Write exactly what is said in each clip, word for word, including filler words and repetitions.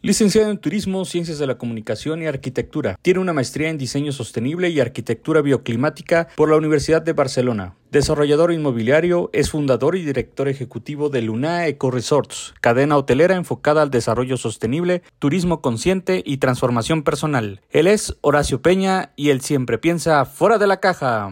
Licenciado en Turismo, Ciencias de la Comunicación y Arquitectura. Tiene una maestría en Diseño Sostenible y Arquitectura Bioclimática por la Universidad de Barcelona. Desarrollador inmobiliario, es fundador y director ejecutivo de Luna Eco Resorts, cadena hotelera enfocada al desarrollo sostenible, turismo consciente y transformación personal. Él es Horacio Peña y él siempre piensa fuera de la caja.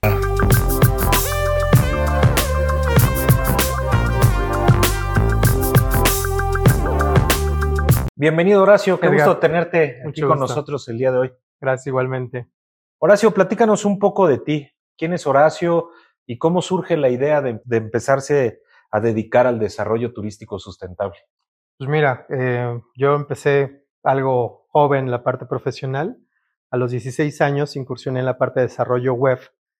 Bienvenido, Horacio. Qué Edgar, gusto tenerte aquí mucho con gusto. nosotros el día de hoy. Gracias, igualmente. Horacio, platícanos un poco de ti. ¿Quién es Horacio y cómo surge la idea de, de empezarse a dedicar al desarrollo turístico sustentable? Pues mira, eh, yo empecé algo joven en la parte profesional. A los dieciséis años incursioné en la parte de desarrollo web.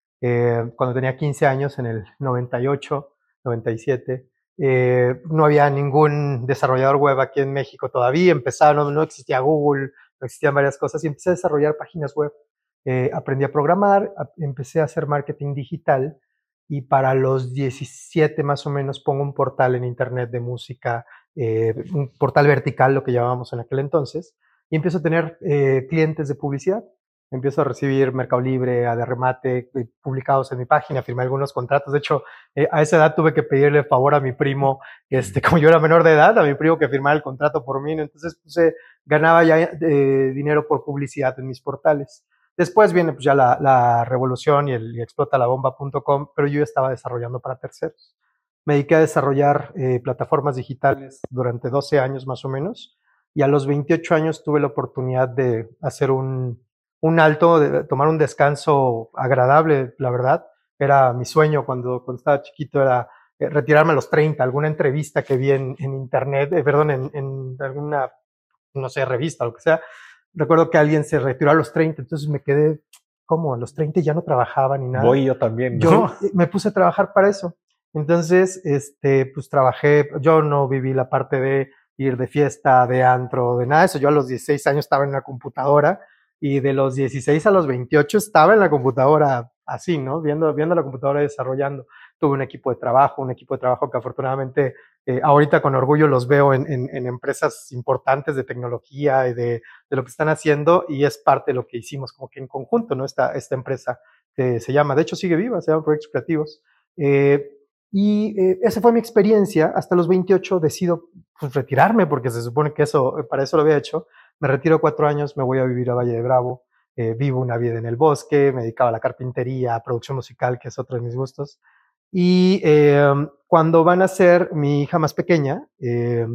Eh, cuando tenía quince años, en el noventa y ocho, noventa y siete, eh, no había ningún desarrollador web aquí en México todavía. Empezaba, no, no existía Google, no existían varias cosas y empecé a desarrollar páginas web. Eh, aprendí a programar, a, empecé a hacer marketing digital y para los diecisiete más o menos pongo un portal en internet de música, eh, un portal vertical, lo que llamábamos en aquel entonces, y empiezo a tener eh, clientes de publicidad. Empiezo a recibir Mercado Libre, a de remate, eh, publicados en mi página, firmé algunos contratos. De hecho, eh, a esa edad tuve que pedirle favor a mi primo, este, como yo era menor de edad, a mi primo que firmara el contrato por mí. Entonces, pues, eh, ganaba ya eh, dinero por publicidad en mis portales. Después viene pues ya la, la revolución y el y explota la bomba punto com, pero yo estaba desarrollando para terceros. Me dediqué a desarrollar eh, plataformas digitales durante doce años más o menos, y a los veintiocho años tuve la oportunidad de hacer un, un alto, de tomar un descanso agradable, la verdad. Era mi sueño cuando, cuando estaba chiquito, era eh, retirarme a los treinta, alguna entrevista que vi en, en internet, eh, perdón, en, en alguna, no sé, revista o lo que sea. Recuerdo que alguien se retiró a los treinta, entonces me quedé, ¿cómo? A los treinta ya no trabajaba ni nada. Voy yo también, ¿no? Yo me puse a trabajar para eso. Entonces, este, pues trabajé, yo no viví la parte de ir de fiesta, de antro, de nada de eso. Yo a los dieciséis años estaba en la computadora y de los dieciséis a los veintiocho estaba en la computadora así, ¿no? Viendo, viendo la computadora y desarrollando. Tuve un equipo de trabajo, un equipo de trabajo que afortunadamente eh, ahorita con orgullo los veo en, en, en empresas importantes de tecnología y de, de lo que están haciendo, y es parte de lo que hicimos como que en conjunto, ¿no? Esta, esta empresa que se llama, de hecho sigue viva, se llama Proyectos Creativos. Eh, y eh, esa fue mi experiencia. Hasta los veintiocho decido pues, retirarme, porque se supone que eso, para eso lo había hecho. Me retiro cuatro años, me voy a vivir a Valle de Bravo, eh, vivo una vida en el bosque, me dedicaba a la carpintería, a producción musical, que es otro de mis gustos. Y eh, cuando van a ser mi hija más pequeña, eh,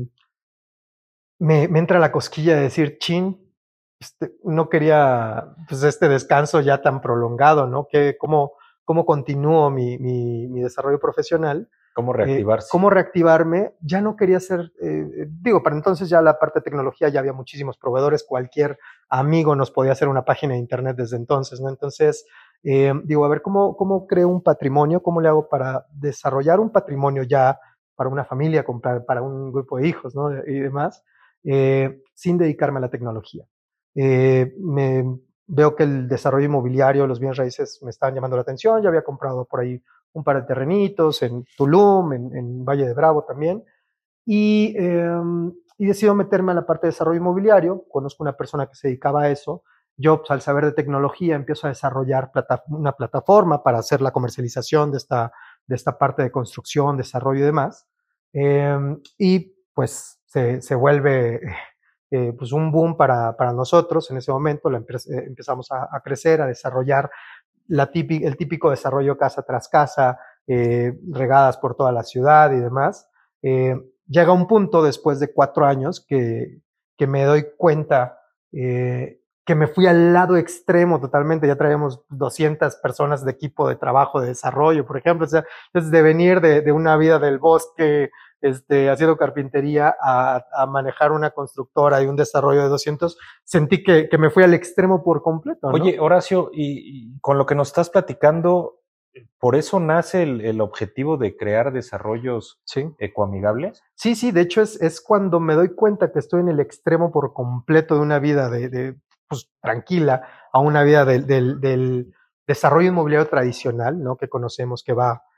me, me entra la cosquilla de decir, chin, este, no quería pues, este descanso ya tan prolongado, ¿no? Que, ¿cómo, cómo continúo mi, mi, mi desarrollo profesional? ¿Cómo reactivarse? Eh, ¿Cómo reactivarme? Ya no quería ser, eh, digo, para entonces ya la parte de tecnología ya había muchísimos proveedores, cualquier amigo nos podía hacer una página de internet desde entonces, ¿no? Entonces, eh, digo, a ver, ¿cómo, ¿cómo creo un patrimonio? ¿Cómo le hago para desarrollar un patrimonio ya para una familia, para, para un grupo de hijos, ¿no? Y demás, eh, sin dedicarme a la tecnología. Eh, me veo que el desarrollo inmobiliario, los bienes raíces me estaban llamando la atención. Yo había comprado por ahí un par de terrenitos en Tulum, en, en Valle de Bravo también, y, eh, y decido meterme a la parte de desarrollo inmobiliario. Conozco una persona que se dedicaba a eso. Yo, pues, al saber de tecnología, empiezo a desarrollar plata, una plataforma para hacer la comercialización de esta, de esta parte de construcción, desarrollo y demás. Eh, y pues se, se vuelve eh, pues un boom para, para nosotros en ese momento. La empe- eh, empezamos a, a crecer, a desarrollar la típica, el típico desarrollo casa tras casa, eh, regadas por toda la ciudad y demás. Eh, llega un punto después de cuatro años que, que me doy cuenta eh, que me fui al lado extremo totalmente. Ya traíamos doscientas personas de equipo de trabajo, de desarrollo, por ejemplo. O sea, entonces de venir de, de una vida del bosque, este, haciendo carpintería, a, a manejar una constructora y un desarrollo de doscientos, sentí que, que me fui al extremo por completo, ¿no? Oye, Horacio, y, y con lo que nos estás platicando, ¿por eso nace el, el objetivo de crear desarrollos sí. ecoamigables? Sí, sí, de hecho es, es cuando me doy cuenta que estoy en el extremo por completo de una vida de, de pues, tranquila a una vida del, del, del desarrollo inmobiliario tradicional, ¿no? Que conocemos, que va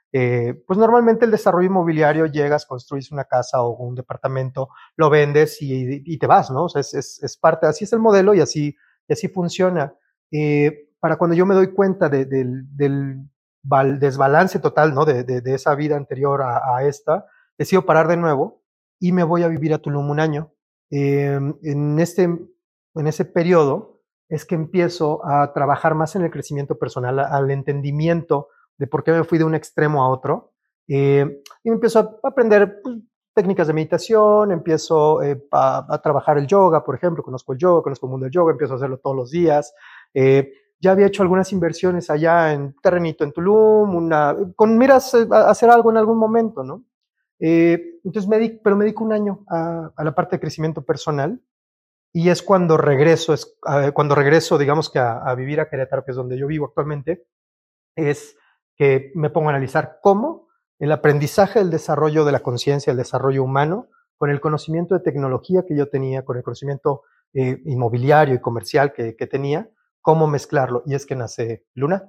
Eh, pues normalmente el desarrollo inmobiliario llegas, construyes una casa o un departamento, lo vendes y, y te vas, ¿no? O sea, es, es, es parte, así es el modelo y así, y así funciona. Eh, para cuando yo me doy cuenta de, de, del desbalance total, ¿no? De, de, de esa vida anterior a, a esta, decido parar de nuevo y me voy a vivir a Tulum un año. Eh, en, este, en ese periodo es que empiezo a trabajar más en el crecimiento personal, al entendimiento de por qué me fui de un extremo a otro. Eh, y me empiezo a aprender pues, técnicas de meditación, empiezo eh, a, a trabajar el yoga, por ejemplo, conozco el yoga, conozco el mundo del yoga, empiezo a hacerlo todos los días. Eh, ya había hecho algunas inversiones allá en terrenito en Tulum, una, con miras a hacer algo en algún momento, ¿no? Eh, entonces me di, pero me dedico un año a, a la parte de crecimiento personal y es cuando regreso, es, a, cuando regreso, digamos que a, a vivir a Querétaro, que es donde yo vivo actualmente, es que me pongo a analizar cómo el aprendizaje del desarrollo de la conciencia, el desarrollo humano, con el conocimiento de tecnología que yo tenía, con el conocimiento eh, inmobiliario y comercial que, que tenía, cómo mezclarlo. Y es que nace Luna.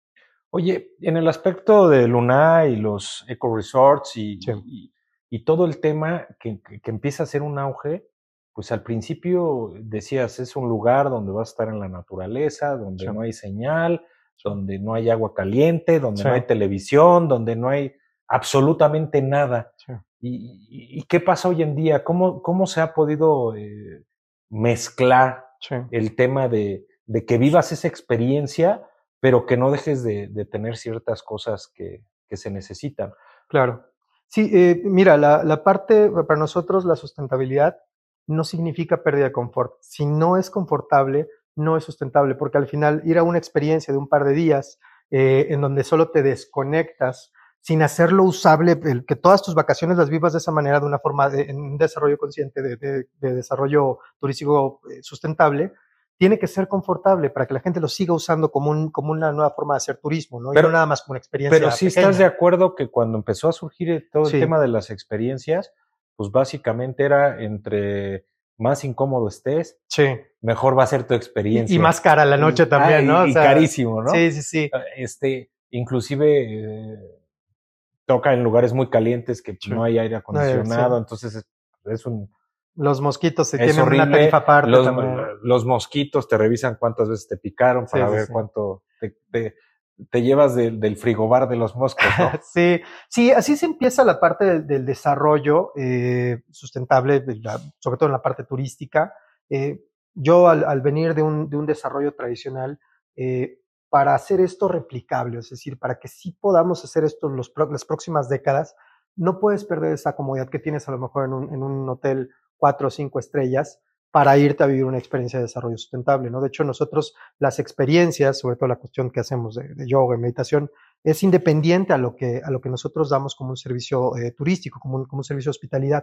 Oye, en el aspecto de Luna y los eco resorts y, Sí. y, y todo el tema que, que, que empieza a ser un auge, pues al principio decías, es un lugar donde vas a estar en la naturaleza, donde Sí. no hay señal, donde no hay agua caliente, donde Sí. no hay televisión, donde no hay absolutamente nada. Sí. ¿Y, y, y qué pasa hoy en día? ¿Cómo, cómo se ha podido eh, mezclar Sí. el tema de, de que vivas esa experiencia, pero que no dejes de, de tener ciertas cosas que, que se necesitan? Claro. Sí, eh, mira, la, la parte, para nosotros la sustentabilidad no significa pérdida de confort. Si no es confortable, no es sustentable, porque al final ir a una experiencia de un par de días eh, en donde solo te desconectas, sin hacerlo usable, el, que todas tus vacaciones las vivas de esa manera, de una forma, de, en un desarrollo consciente, de, de, de desarrollo turístico eh, sustentable, tiene que ser confortable para que la gente lo siga usando como, un, como una nueva forma de hacer turismo, ¿no? Pero, y no nada más como una experiencia pero sí pequeña. estás de acuerdo que cuando empezó a surgir todo el Sí. tema de las experiencias, pues básicamente era entre más incómodo estés, sí. mejor va a ser tu experiencia. Y, y más cara la noche también, ah, ¿no? Y, o sea, y carísimo, ¿no? Sí, sí, sí. Este, inclusive eh, toca en lugares muy calientes que sí. no hay aire acondicionado, Eh, sí. entonces es, es un... Los mosquitos se Es tienen horrible. una tarifa aparte los, también. Los mosquitos te revisan cuántas veces te picaron para sí, sí, ver sí. cuánto te, te, te llevas de, del frigobar de los moscos, ¿no? sí, sí, así se empieza la parte del, del desarrollo eh, sustentable, sobre todo en la parte turística. Eh, yo al, al, venir de un, de un desarrollo tradicional, eh, para hacer esto replicable, es decir, para que sí podamos hacer esto en los, las próximas décadas, no puedes perder esa comodidad que tienes a lo mejor en un, en un hotel cuatro o cinco estrellas para irte a vivir una experiencia de desarrollo sustentable, ¿no? De hecho, nosotros las experiencias, sobre todo la cuestión que hacemos de, de yoga y meditación, es independiente a lo que, a lo que nosotros damos como un servicio eh, turístico, como un, como un servicio de hospitalidad.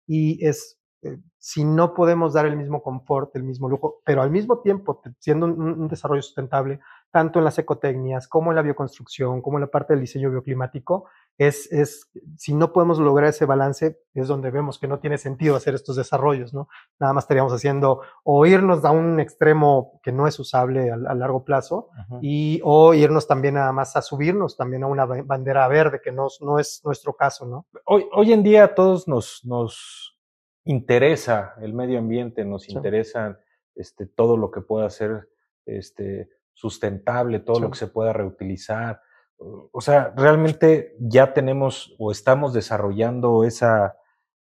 Y es, eh, si no podemos dar el mismo confort, el mismo lujo, pero al mismo tiempo siendo un, un desarrollo sustentable, tanto en las ecotecnias, como en la bioconstrucción, como en la parte del diseño bioclimático, es, es, si no podemos lograr ese balance, es donde vemos que no tiene sentido hacer estos desarrollos, ¿no? Nada más estaríamos haciendo o irnos a un extremo que no es usable a, a largo plazo, uh-huh. y, o irnos también nada más a subirnos también a una bandera verde, que no, no es nuestro caso, ¿no? Hoy, hoy en día a todos nos, nos interesa el medio ambiente, nos sí. interesa este, todo lo que pueda ser este, sustentable, todo sí. lo que se pueda reutilizar. O sea, realmente ya tenemos o estamos desarrollando esa,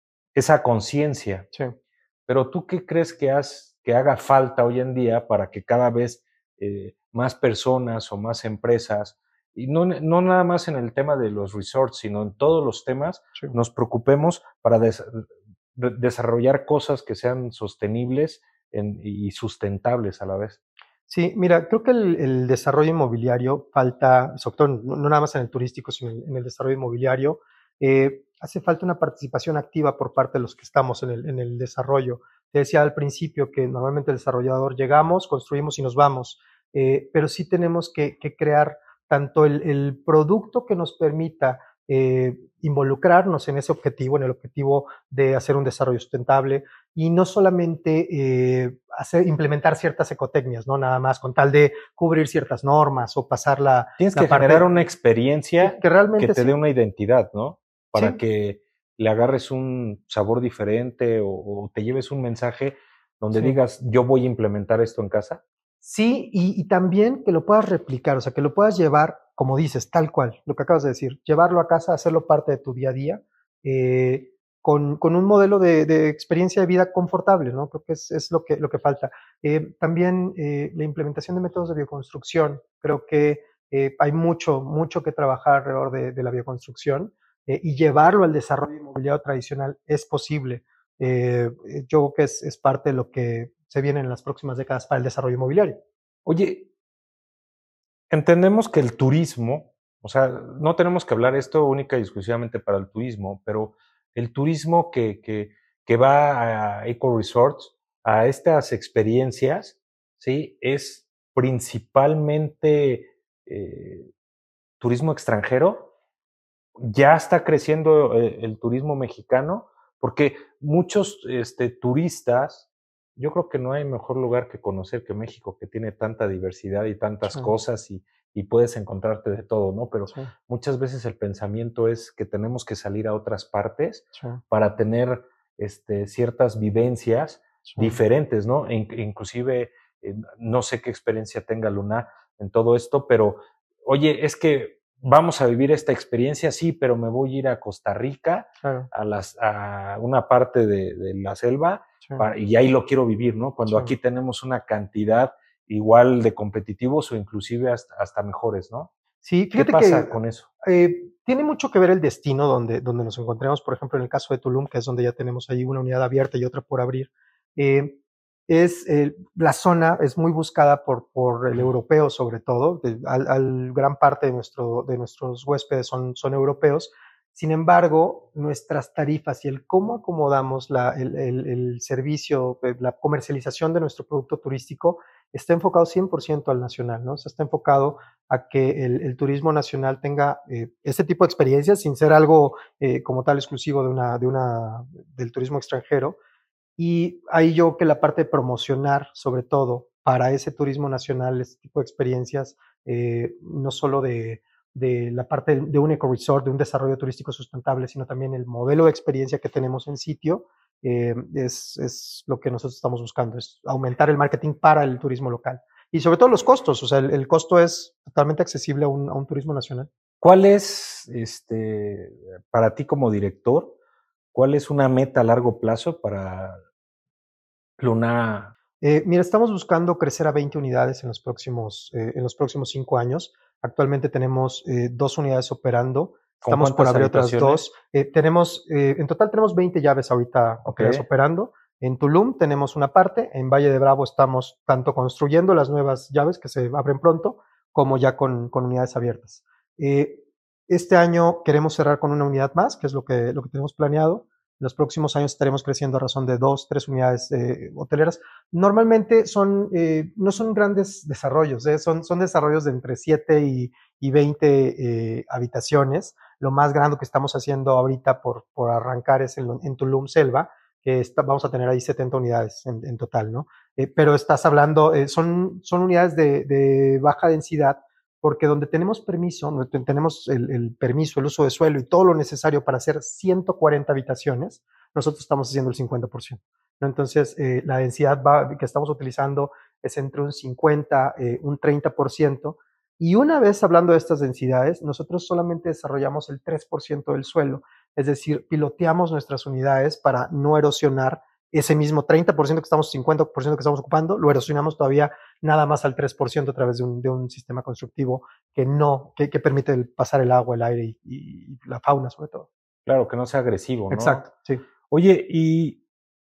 esa conciencia. Sí. Pero ¿tú qué crees que, has, que haga falta hoy en día para que cada vez eh, más personas o más empresas, y no, no nada más en el tema de los resorts, sino en todos los temas, sí. nos preocupemos para des, de, desarrollar cosas que sean sostenibles en, y sustentables a la vez? Sí, mira, creo que el, el desarrollo inmobiliario falta, sobre todo no, no nada más en el turístico, sino en, en el desarrollo inmobiliario, eh, hace falta una participación activa por parte de los que estamos en el, en el desarrollo. Te decía al principio que normalmente el desarrollador llegamos, construimos y nos vamos, eh, pero sí tenemos que, que crear tanto el, el producto que nos permita eh, involucrarnos en ese objetivo, en el objetivo de hacer un desarrollo sustentable, y no solamente eh, hacer, implementar ciertas ecotecnias, ¿no? Nada más con tal de cubrir ciertas normas o pasar la... Tienes la que parte, generar una experiencia que, realmente que te sí. dé una identidad, ¿no? Para Sí. que le agarres un sabor diferente o, o te lleves un mensaje donde Sí. digas, yo voy a implementar esto en casa. Sí, y, y también que lo puedas replicar, o sea, que lo puedas llevar, como dices, tal cual, lo que acabas de decir, llevarlo a casa, hacerlo parte de tu día a día, eh, con, con un modelo de, de experiencia de vida confortable, ¿no? Creo que es, es lo que, lo que falta. Eh, también eh, la implementación de métodos de bioconstrucción, creo que eh, hay mucho, mucho que trabajar alrededor de, de la bioconstrucción eh, y llevarlo al desarrollo inmobiliario tradicional es posible. Eh, yo creo que es, es parte de lo que se viene en las próximas décadas para el desarrollo inmobiliario. Oye, entendemos que el turismo, o sea, no tenemos que hablar esto única y exclusivamente para el turismo, pero el turismo que, que, que va a eco resorts, a estas experiencias, ¿sí? Es principalmente eh, turismo extranjero. Ya está creciendo el, el turismo mexicano, porque muchos este, turistas, yo creo que no hay mejor lugar que conocer que México, que tiene tanta diversidad y tantas Sí. cosas y, y puedes encontrarte de todo, ¿no? Pero Sí. muchas veces el pensamiento es que tenemos que salir a otras partes Sí. para tener este, ciertas vivencias Sí. diferentes, ¿no? E inclusive, eh, no sé qué experiencia tenga Luna en todo esto, pero oye, es que vamos a vivir esta experiencia, sí, pero me voy a ir a Costa Rica, Claro. a, las, a una parte de, de la selva, Sí. para, y ahí lo quiero vivir, ¿no? Cuando Sí. aquí tenemos una cantidad igual de competitivos o inclusive hasta, hasta mejores, ¿no? Sí, ¿Qué fíjate pasa que con eso? eh, tiene mucho que ver el destino donde, donde nos encontremos, por ejemplo, en el caso de Tulum, que es donde ya tenemos ahí una unidad abierta y otra por abrir. Eh, es, eh, la zona es muy buscada por, por el europeo, sobre todo. De, al, al gran parte de, nuestro, de nuestros huéspedes son, son europeos. Sin embargo, nuestras tarifas y el cómo acomodamos la, el, el, el servicio, la comercialización de nuestro producto turístico está enfocado cien por ciento al nacional, ¿no? O sea, está enfocado a que el, el turismo nacional tenga eh, este tipo de experiencias sin ser algo eh, como tal exclusivo de una, de una, del turismo extranjero. Y ahí yo que la parte de promocionar, sobre todo, para ese turismo nacional, este tipo de experiencias, eh, no solo de, de la parte de un eco-resort, de un desarrollo turístico sustentable, sino también el modelo de experiencia que tenemos en sitio, eh, es, es lo que nosotros estamos buscando, es aumentar el marketing para el turismo local. Y sobre todo los costos, o sea, el, el costo es totalmente accesible a un, a un turismo nacional. ¿Cuál es, este, para ti como director, cuál es una meta a largo plazo para Luna? Eh, mira, estamos buscando crecer a veinte unidades en los próximos, eh, en los próximos cinco años. Actualmente tenemos eh, dos unidades operando. ¿Con Estamos por cuántas abrir otras habitaciones? dos. Eh, tenemos, eh, en total tenemos veinte llaves ahorita Ok. operando. En Tulum tenemos una parte. En Valle de Bravo estamos tanto construyendo las nuevas llaves que se abren pronto, como ya con, con unidades abiertas. Eh, este año queremos cerrar con una unidad más, que es lo que, lo que tenemos planeado. En los próximos años estaremos creciendo a razón de dos, tres unidades eh, hoteleras. Normalmente son, eh, no son grandes desarrollos, ¿eh? son, son desarrollos de entre siete y, y veinte eh, habitaciones. Lo más grande que estamos haciendo ahorita por, por arrancar es en, en Tulum Selva, que está, vamos a tener ahí setenta unidades en, en total, ¿no? Eh, pero estás hablando, eh, son, son unidades de, de baja densidad, porque donde tenemos permiso, tenemos el, el permiso, el uso de suelo y todo lo necesario para hacer ciento cuarenta habitaciones, nosotros estamos haciendo el cincuenta por ciento. ¿No? Entonces, eh, la densidad va, que estamos utilizando es entre un cincuenta, eh, un treinta por ciento. Y una vez hablando de estas densidades, nosotros solamente desarrollamos el tres por ciento del suelo, es decir, piloteamos nuestras unidades para no erosionar ese mismo treinta por ciento que estamos, cincuenta por ciento que estamos ocupando, lo erosionamos todavía nada más al tres por ciento a través de un, de un sistema constructivo que no, que, que permite el, pasar el agua, el aire y, y, la fauna sobre todo. Claro, que no sea agresivo, ¿no? Exacto, sí. Oye, ¿y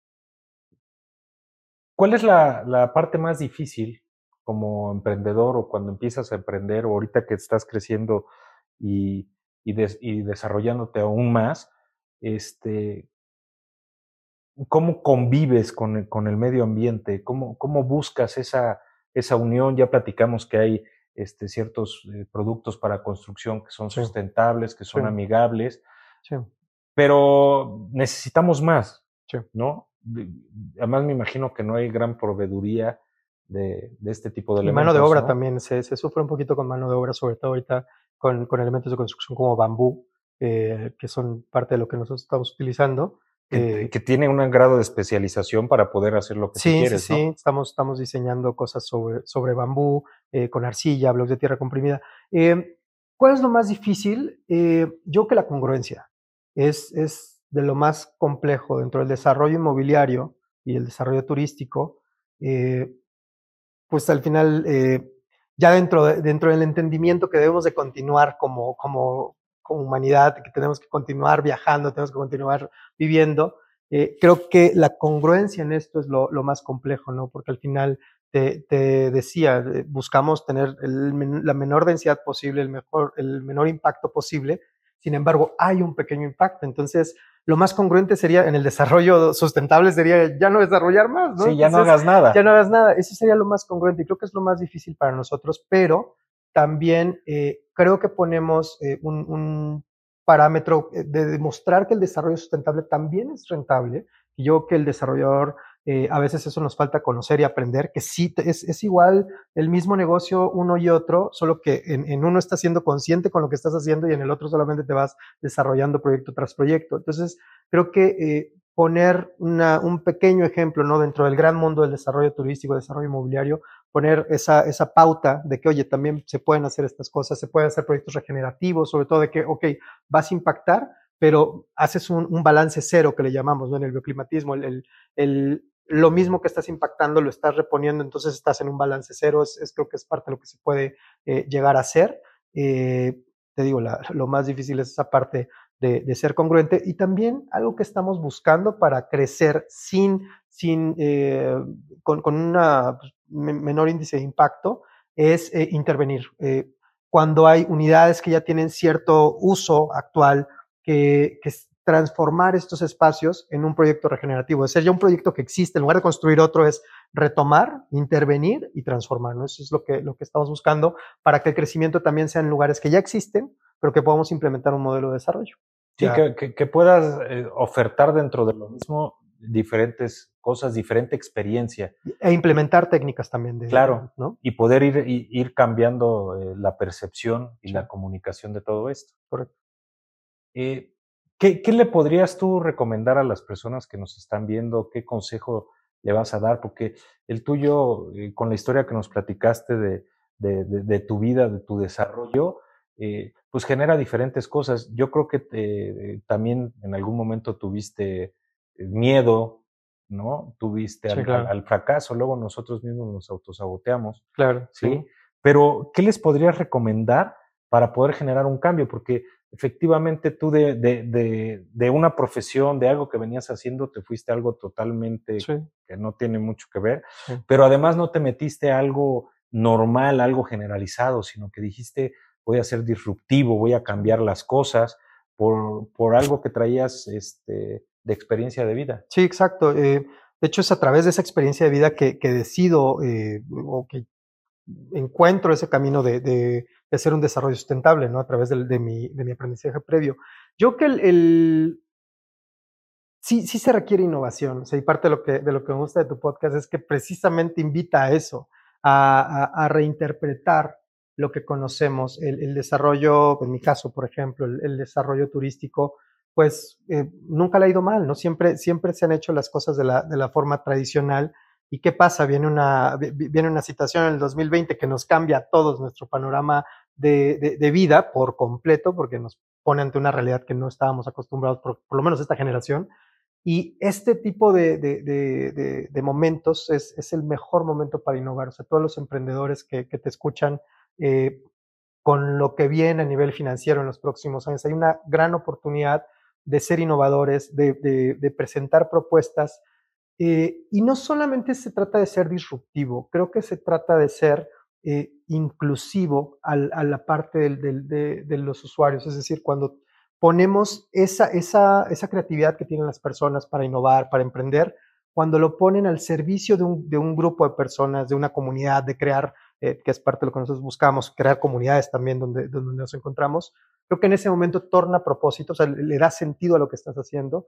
cuál es la, la parte más difícil como emprendedor o cuando empiezas a emprender o ahorita que estás creciendo y, y, des, y desarrollándote aún más? Este, ¿Cómo convives con el, con el medio ambiente? ¿Cómo, cómo buscas esa, esa unión? Ya platicamos que hay este, ciertos eh, productos para construcción que son Sí. sustentables, que son Sí. amigables, Sí. pero necesitamos más, Sí. ¿no? además me imagino que no hay gran proveeduría de, de este tipo de y elementos. Mano de obra, ¿no? también, se, se sufre un poquito con mano de obra, sobre todo ahorita con, con elementos de construcción como bambú, eh, que son parte de lo que nosotros estamos utilizando. Que, eh, que tiene un grado de especialización para poder hacer lo que sí, tú quieres, sí, ¿no? sí, estamos, estamos diseñando cosas sobre, sobre bambú, eh, con arcilla, bloques de tierra comprimida. Eh, ¿Cuál es lo más difícil? Eh, yo creo que la congruencia es, es de lo más complejo dentro del desarrollo inmobiliario y el desarrollo turístico. Eh, pues al final, eh, ya dentro, de, dentro del entendimiento que debemos de continuar como, como, como humanidad, que tenemos que continuar viajando, tenemos que continuar viviendo, eh, creo que la congruencia en esto es lo, lo más complejo, ¿no? Porque al final, te, te decía, buscamos tener el, la menor densidad posible, el, mejor, el menor impacto posible, sin embargo, hay un pequeño impacto. Entonces, lo más congruente sería, en el desarrollo sustentable, sería ya no desarrollar más, ¿no? Sí, ya Entonces, no hagas nada. Ya no hagas nada. Eso sería lo más congruente y creo que es lo más difícil para nosotros, pero también eh, creo que ponemos eh, un, un parámetro de demostrar que el desarrollo sustentable también es rentable. Y yo creo que el desarrollador, eh, a veces eso nos falta conocer y aprender, que sí es, es igual el mismo negocio uno y otro, solo que en, en uno estás siendo consciente con lo que estás haciendo y en el otro solamente te vas desarrollando proyecto tras proyecto. Entonces, creo que eh, poner una, un pequeño ejemplo, ¿no? Dentro del gran mundo del desarrollo turístico, desarrollo inmobiliario, poner esa, esa pauta de que, oye, también se pueden hacer estas cosas, se pueden hacer proyectos regenerativos, sobre todo de que, ok, vas a impactar, pero haces un, un balance cero que le llamamos, ¿no? En el bioclimatismo, el, el, el, lo mismo que estás impactando lo estás reponiendo, entonces estás en un balance cero, es, es creo que es parte de lo que se puede eh, llegar a hacer. Eh, te digo, la, lo más difícil es esa parte de, de ser congruente y también algo que estamos buscando para crecer sin, sin eh, con, con una menor índice de impacto es eh, intervenir. Eh, cuando hay unidades que ya tienen cierto uso actual, que, que transformar estos espacios en un proyecto regenerativo, es decir, ya un proyecto que existe, en lugar de construir otro, es retomar, intervenir y transformar, ¿no? Eso es lo que, lo que estamos buscando para que el crecimiento también sea en lugares que ya existen, pero que podamos implementar un modelo de desarrollo. Sí, que, que, que, puedas eh, ofertar dentro de lo mismo diferentes cosas, diferente experiencia. E implementar técnicas también. De, claro, ¿no? Y poder ir, ir cambiando eh, la percepción y sí. la comunicación de todo esto. Correcto. Eh, ¿qué, ¿Qué le podrías tú recomendar a las personas que nos están viendo? ¿Qué consejo le vas a dar? Porque el tuyo, eh, con la historia que nos platicaste de, de, de, de tu vida, de tu desarrollo, eh, pues genera diferentes cosas. Yo creo que te, eh, también en algún momento tuviste miedo, ¿no? Tuviste sí, al, claro. al, al fracaso, luego nosotros mismos nos autosaboteamos. Claro, ¿sí? sí. Pero, ¿qué les podrías recomendar para poder generar un cambio? Porque efectivamente tú de, de, de, de una profesión, de algo que venías haciendo, te fuiste a algo totalmente sí. que no tiene mucho que ver, sí. pero además no te metiste a algo normal, algo generalizado, sino que dijiste, voy a ser disruptivo, voy a cambiar las cosas por, por algo que traías este, de experiencia de vida. Sí, exacto. Eh, de hecho, es a través de esa experiencia de vida que, que decido eh, o que encuentro ese camino de, de, de hacer un desarrollo sustentable, ¿no? A través de, de, mi, de mi aprendizaje previo. Yo creo que el, el sí, sí se requiere innovación. O sea, y parte de lo, que, de lo que me gusta de tu podcast es que precisamente invita a eso, a, a, a reinterpretar lo que conocemos. El, el desarrollo, en mi caso, por ejemplo, el, el desarrollo turístico, pues eh, nunca le ha ido mal, ¿no? Siempre, siempre se han hecho las cosas de la, de la forma tradicional. ¿Y qué pasa? Viene una, viene una situación en el dos mil veinte que nos cambia a todos nuestro panorama de, de, de vida por completo, porque nos pone ante una realidad que no estábamos acostumbrados, por, por lo menos esta generación. Y este tipo de, de, de, de, de momentos es, es el mejor momento para innovar. O sea, todos los emprendedores que, que te escuchan eh, con lo que viene a nivel financiero en los próximos años, hay una gran oportunidad de ser innovadores, de, de, de presentar propuestas. Eh, y no solamente se trata de ser disruptivo, creo que se trata de ser eh, inclusivo al, a la parte del, del, de, de los usuarios. Es decir, cuando ponemos esa, esa, esa creatividad que tienen las personas para innovar, para emprender, cuando lo ponen al servicio de un, de un grupo de personas, de una comunidad, de crear, eh, que es parte de lo que nosotros buscamos, crear comunidades también donde, donde nos encontramos, creo que en ese momento torna propósito, o sea, le, le da sentido a lo que estás haciendo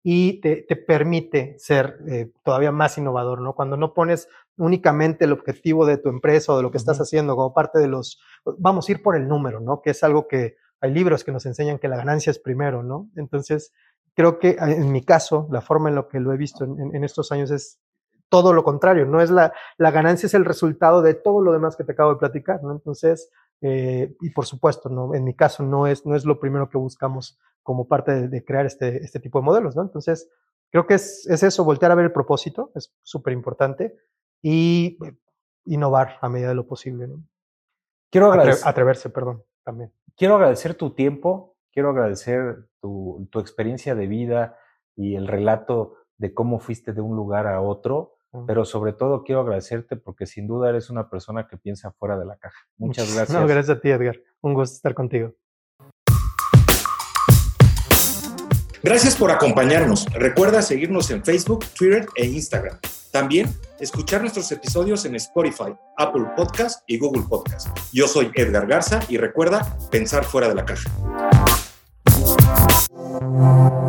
y te, te permite ser eh, todavía más innovador, ¿no? Cuando no pones únicamente el objetivo de tu empresa o de lo que uh-huh. estás haciendo como parte de los, vamos a ir por el número, ¿no? Que es algo que hay libros que nos enseñan que la ganancia es primero, ¿no? Entonces, creo que en mi caso, la forma en la que lo he visto en, en, en estos años es todo lo contrario, no es la, la ganancia es el resultado de todo lo demás que te acabo de platicar, ¿no? Entonces, eh, y por supuesto, ¿no? En mi caso no es, no es lo primero que buscamos como parte de, de crear este, este tipo de modelos, ¿no? Entonces, creo que es, es eso, voltear a ver el propósito, es súper importante, y eh, innovar a medida de lo posible, ¿no? Quiero agradecer, Atre, atreverse, perdón, también. Quiero agradecer tu tiempo, quiero agradecer tu, tu experiencia de vida y el relato de cómo fuiste de un lugar a otro, uh-huh. pero sobre todo quiero agradecerte porque sin duda eres una persona que piensa fuera de la caja. Muchas gracias. No, gracias a ti, Edgar. Un gusto estar contigo. Gracias por acompañarnos. Recuerda seguirnos en Facebook, Twitter e Instagram. También escuchar nuestros episodios en Spotify, Apple Podcast y Google Podcast. Yo soy Edgar Garza y recuerda pensar fuera de la caja.